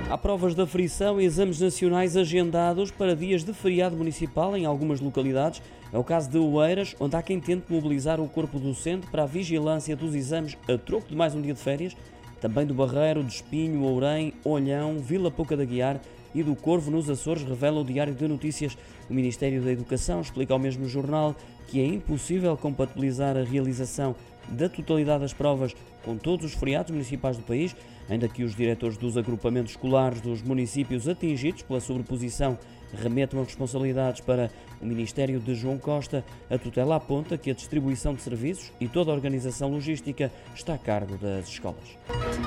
Há provas de aferição e exames nacionais agendados para dias de feriado municipal em algumas localidades. É o caso de Oeiras, onde há quem tente mobilizar o corpo docente para a vigilância dos exames a troco de mais um dia de férias. Também do Barreiro, de Espinho, Ourém, Olhão, Vila Pouca da Guiar e do Corvo, nos Açores, revela o Diário de Notícias. O Ministério da Educação explica ao mesmo jornal que é impossível compatibilizar a realização da totalidade das provas com todos os feriados municipais do país, ainda que os diretores dos agrupamentos escolares dos municípios atingidos pela sobreposição remetam as responsabilidades para o Ministério de João Costa. A tutela aponta que a distribuição de serviços e toda a organização logística está a cargo das escolas.